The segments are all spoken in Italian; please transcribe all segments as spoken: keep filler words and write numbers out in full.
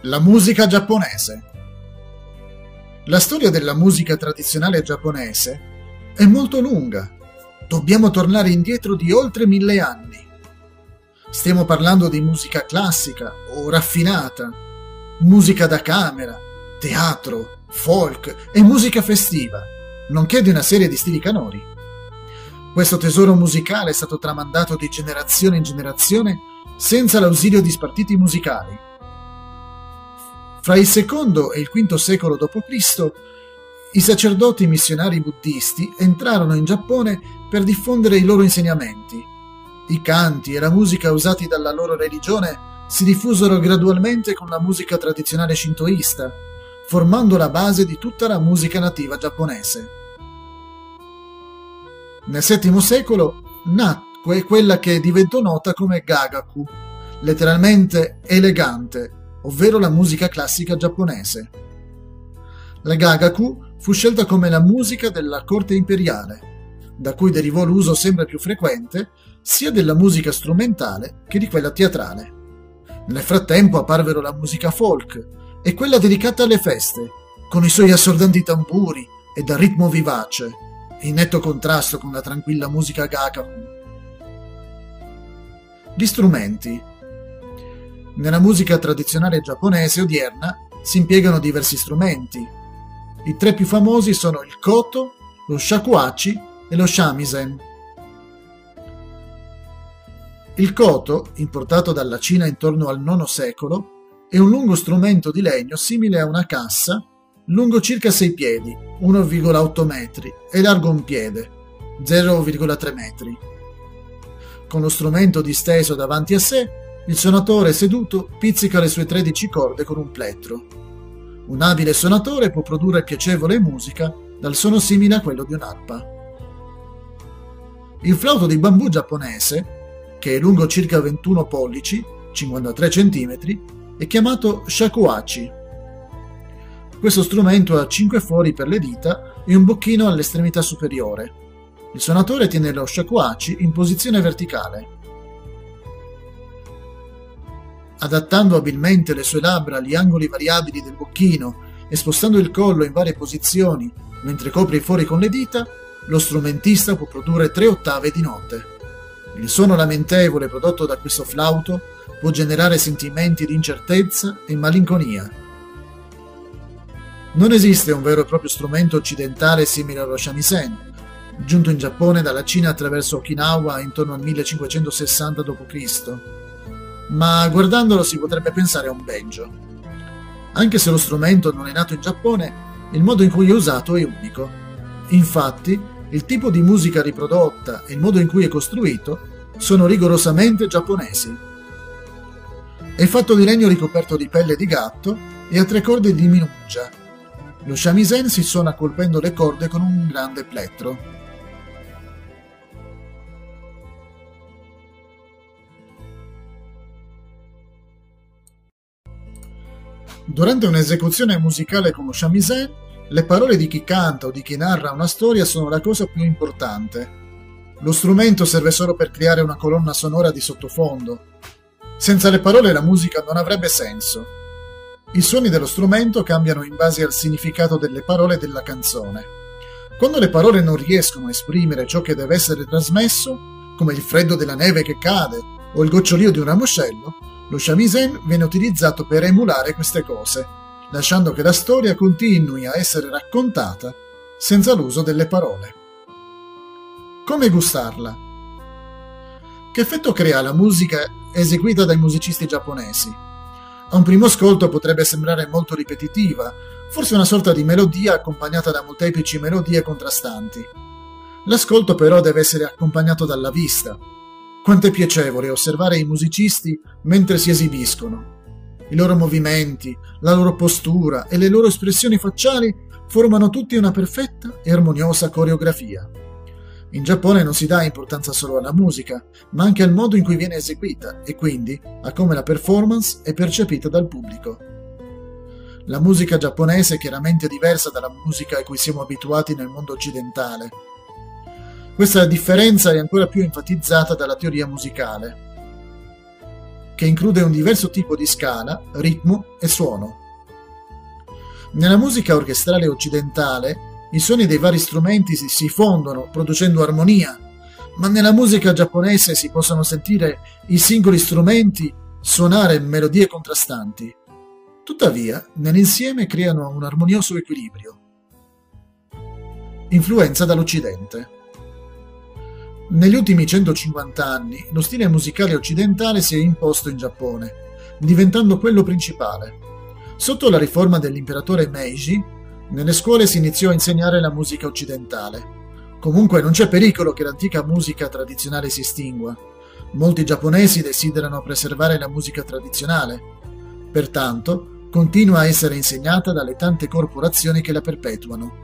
La musica giapponese. La storia della musica tradizionale giapponese è molto lunga. Dobbiamo tornare indietro di oltre mille anni. Stiamo parlando di musica classica o raffinata, musica da camera, teatro, folk e musica festiva, nonché di una serie di stili canori. Questo tesoro musicale è stato tramandato di generazione in generazione senza l'ausilio di spartiti musicali. Fra il secondo e il quinto secolo dopo Cristo, i sacerdoti missionari buddisti entrarono in Giappone per diffondere i loro insegnamenti. I canti e la musica usati dalla loro religione si diffusero gradualmente con la musica tradizionale shintoista, formando la base di tutta la musica nativa giapponese. Nel settimo secolo nacque quella che diventò nota come Gagaku, letteralmente elegante, ovvero la musica classica giapponese. La Gagaku fu scelta come la musica della corte imperiale, da cui derivò l'uso sempre più frequente sia della musica strumentale che di quella teatrale. Nel frattempo apparvero la musica folk e quella dedicata alle feste, con i suoi assordanti tamburi e dal ritmo vivace, in netto contrasto con la tranquilla musica Gagaku. Gli strumenti. Nella musica tradizionale giapponese odierna si impiegano diversi strumenti. I tre più famosi sono il koto, lo shakuhachi e lo shamisen. Il koto, importato dalla Cina intorno al nono secolo, è un lungo strumento di legno simile a una cassa, lungo circa sei piedi, uno virgola otto metri, e largo un piede, zero virgola tre metri. Con lo strumento disteso davanti a sé, il suonatore seduto pizzica le sue tredici corde con un plettro. Un abile suonatore può produrre piacevole musica dal suono simile a quello di un'arpa. Il flauto di bambù giapponese, che è lungo circa ventuno pollici, cinquantatré centimetri, è chiamato shakuhachi. Questo strumento ha cinque fori per le dita e un bocchino all'estremità superiore. Il suonatore tiene lo shakuhachi in posizione verticale. Adattando abilmente le sue labbra agli angoli variabili del bocchino e spostando il collo in varie posizioni mentre copre i fori con le dita, lo strumentista può produrre tre ottave di note. Il suono lamentevole prodotto da questo flauto può generare sentimenti di incertezza e malinconia. Non esiste un vero e proprio strumento occidentale simile allo shamisen, giunto in Giappone dalla Cina attraverso Okinawa intorno al millecinquecentosessanta dopo Cristo, ma guardandolo si potrebbe pensare a un banjo. Anche se lo strumento non è nato in Giappone, il modo in cui è usato è unico. Infatti, il tipo di musica riprodotta e il modo in cui è costruito sono rigorosamente giapponesi. È fatto di legno ricoperto di pelle di gatto e ha tre corde di minuccia. Lo shamisen si suona colpendo le corde con un grande plettro. Durante un'esecuzione musicale con lo shamisen, le parole di chi canta o di chi narra una storia sono la cosa più importante. Lo strumento serve solo per creare una colonna sonora di sottofondo. Senza le parole la musica non avrebbe senso. I suoni dello strumento cambiano in base al significato delle parole della canzone. Quando le parole non riescono a esprimere ciò che deve essere trasmesso, come il freddo della neve che cade o il gocciolio di un ramoscello, lo shamisen viene utilizzato per emulare queste cose, lasciando che la storia continui a essere raccontata senza l'uso delle parole. Come gustarla? Che effetto crea la musica eseguita dai musicisti giapponesi? A un primo ascolto potrebbe sembrare molto ripetitiva, forse una sorta di melodia accompagnata da molteplici melodie contrastanti. L'ascolto però deve essere accompagnato dalla vista. Quanto è piacevole osservare i musicisti mentre si esibiscono. I loro movimenti, la loro postura e le loro espressioni facciali formano tutti una perfetta e armoniosa coreografia. In Giappone non si dà importanza solo alla musica, ma anche al modo in cui viene eseguita e quindi a come la performance è percepita dal pubblico. La musica giapponese è chiaramente diversa dalla musica a cui siamo abituati nel mondo occidentale. Questa differenza è ancora più enfatizzata dalla teoria musicale. che include un diverso tipo di scala, ritmo e suono. Nella musica orchestrale occidentale, i suoni dei vari strumenti si, si fondono producendo armonia, ma nella musica giapponese si possono sentire i singoli strumenti suonare melodie contrastanti. Tuttavia, nell'insieme creano un armonioso equilibrio. Influenza dall'Occidente. Negli ultimi centocinquanta anni, lo stile musicale occidentale si è imposto in Giappone, diventando quello principale. Sotto la riforma dell'imperatore Meiji, nelle scuole si iniziò a insegnare la musica occidentale. Comunque non c'è pericolo che l'antica musica tradizionale si estingua. Molti giapponesi desiderano preservare la musica tradizionale. Pertanto, continua a essere insegnata dalle tante corporazioni che la perpetuano.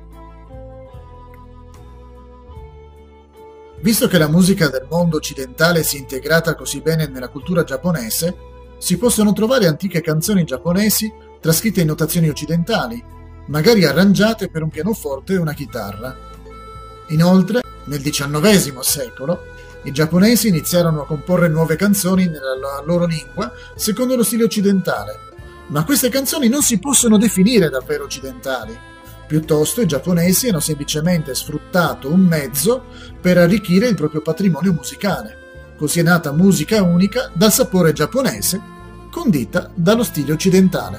Visto che la musica del mondo occidentale si è integrata così bene nella cultura giapponese, si possono trovare antiche canzoni giapponesi trascritte in notazioni occidentali, magari arrangiate per un pianoforte e una chitarra. Inoltre, nel diciannovesimo secolo, i giapponesi iniziarono a comporre nuove canzoni nella loro lingua secondo lo stile occidentale, ma queste canzoni non si possono definire davvero occidentali. Piuttosto i giapponesi hanno semplicemente sfruttato un mezzo per arricchire il proprio patrimonio musicale. Così è nata musica unica dal sapore giapponese, condita dallo stile occidentale.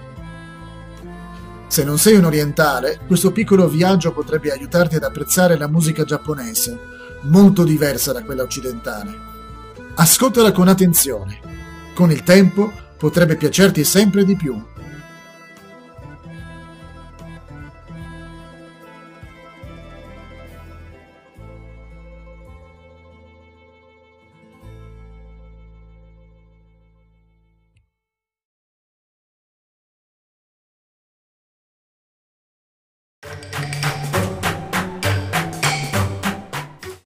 Se non sei un orientale, questo piccolo viaggio potrebbe aiutarti ad apprezzare la musica giapponese, molto diversa da quella occidentale. Ascoltala con attenzione. Con il tempo potrebbe piacerti sempre di più.